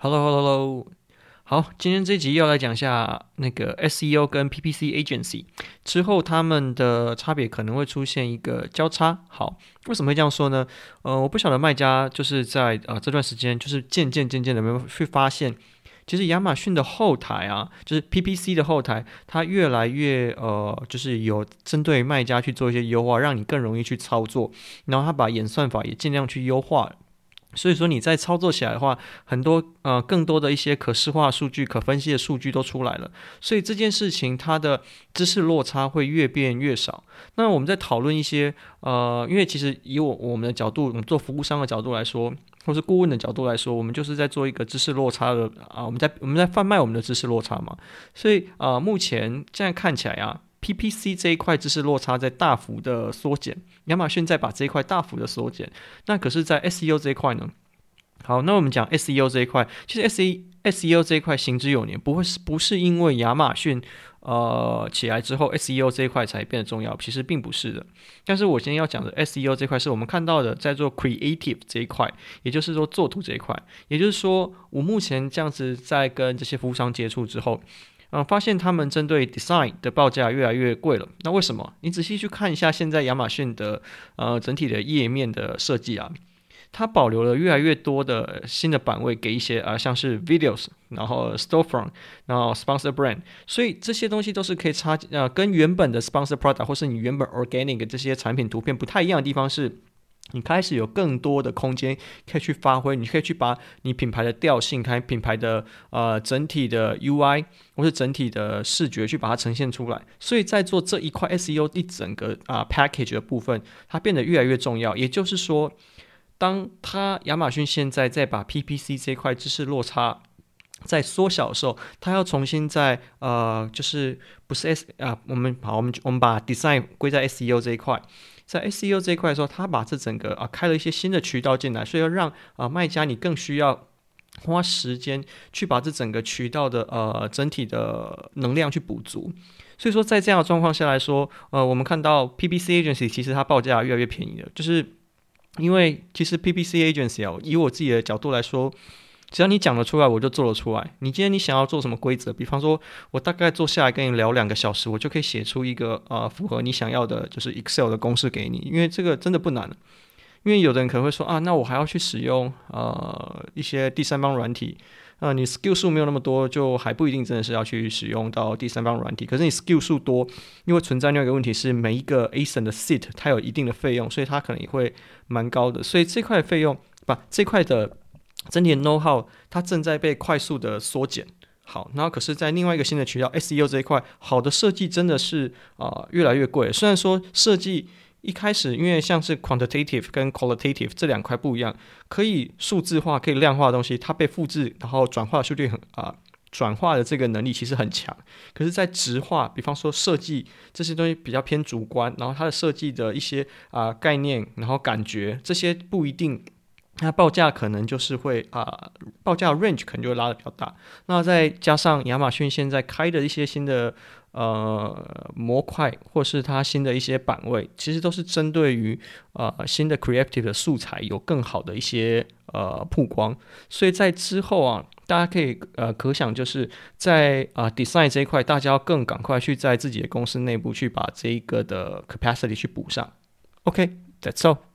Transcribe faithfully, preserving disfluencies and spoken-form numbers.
Hello，Hello，Hello。好，今天这集要来讲一下那个 S E O 跟 P P C Agency 之后它们的差别可能会出现一个交叉。好，为什么会这样说呢？呃，我不晓得卖家就是在呃这段时间，就是渐渐渐渐的没有去发现，其实亚马逊的后台啊，就是 P P C 的后台，它越来越呃，就是有针对卖家去做一些优化，让你更容易去操作，然后它把演算法也尽量去优化。所以说你在操作起来的话，很多呃更多的一些可视化数据、可分析的数据都出来了，所以这件事情它的知识落差会越变越少。那我们在讨论一些呃，因为其实以我我们的角度，我们做服务商的角度来说，或是顾问的角度来说，我们就是在做一个知识落差的啊、我们在我们在贩卖我们的知识落差嘛。所以啊、目前现在看起来啊。P P C 这一块知识落差在大幅的缩减，亚马逊在把这一块大幅的缩减。那可是，在 S E O 这一块呢？好，那我们讲 S E O 这一块，其实 S E S E O 这一块行之有年，不会是不是因为亚马逊呃起来之后 S E O 这一块才变得重要，其实并不是的。但是我今天要讲的 S E O 这一块，是我们看到的在做 Creative 这一块，也就是说做图这一块，也就是说我目前这样子在跟这些服务商接触之后。嗯，发现他们针对 design 的报价越来越贵了。那为什么？你仔细去看一下现在亚马逊的呃整体的页面的设计啊，它保留了越来越多的新的版位给一些啊、呃、像是 videos，然后 storefront，然后 sponsor brand，所以这些东西都是可以插呃跟原本的 sponsor product 或是你原本 organic 这些产品图片不太一样的地方是。你开始有更多的空间可以去发挥，你可以去把你品牌的调性、开品牌的呃整体的 U I 或是整体的视觉去把它呈现出来。所以在做这一块 S E O 一整个啊、呃、package 的部分，它变得越来越重要。也就是说，当它亚马逊现在在把 P P C 这块知识落差在缩小的时候，它要重新在呃，就是不是 S 啊、呃，我们好，我们我们把 design 归在 S E O 这一块。在 S E O 这一块的时候，他把这整个啊开了一些新的渠道进来，所以要让啊卖家你更需要花时间去把这整个渠道的呃整体的能量去补足。所以说，在这样的状况下来说，呃，我们看到 P P C Agency 其实它报价越来越便宜了，就是因为其实 P P C Agency 啊，以我自己的角度来说。只要你讲得出来，我就做得出来。你今天你想要做什么规则？比方说，我大概坐下来跟你聊两个小时，我就可以写出一个呃符合你想要的，就是 Excel 的公式给你。因为这个真的不难。因为有的人可能会说啊，那我还要去使用呃一些第三方软体，呃，你 skill 数没有那么多，就还不一定真的是要去使用到第三方软体。可是你 skill 数多，因为存在另外一个问题是，每一个 A S I N 的 seat 它有一定的费用，所以它可能也会蛮高的。所以这块费用，不，这块的。整体的 know how 它正在被快速的缩减。好，然后可是，在另外一个新的渠道 S E O 这一块，好的设计真的是啊、呃、越来越贵。虽然说设计一开始，因为像是 quantitative 跟 qualitative 这两块不一样，可以数字化、可以量化的东西，它被复制，然后转化的数据很啊。呃转化的这个能力其实很强，可是，在直化，比方说设计这些东西比较偏主观，然后它的设计的一些啊、呃、概念，然后感觉这些不一定那报价可能就是会啊、呃，报价 range 可能就会拉得比较大。那再加上亚马逊现在开的一些新的呃模块，或是它新的一些版位，其实都是针对于呃新的 creative 的素材有更好的一些呃曝光。所以在之后啊，大家可以呃可想就是在啊、呃、design 这一块，大家要更赶快去在自己的公司内部去把这一个的 capacity 去补上。OK，that's all。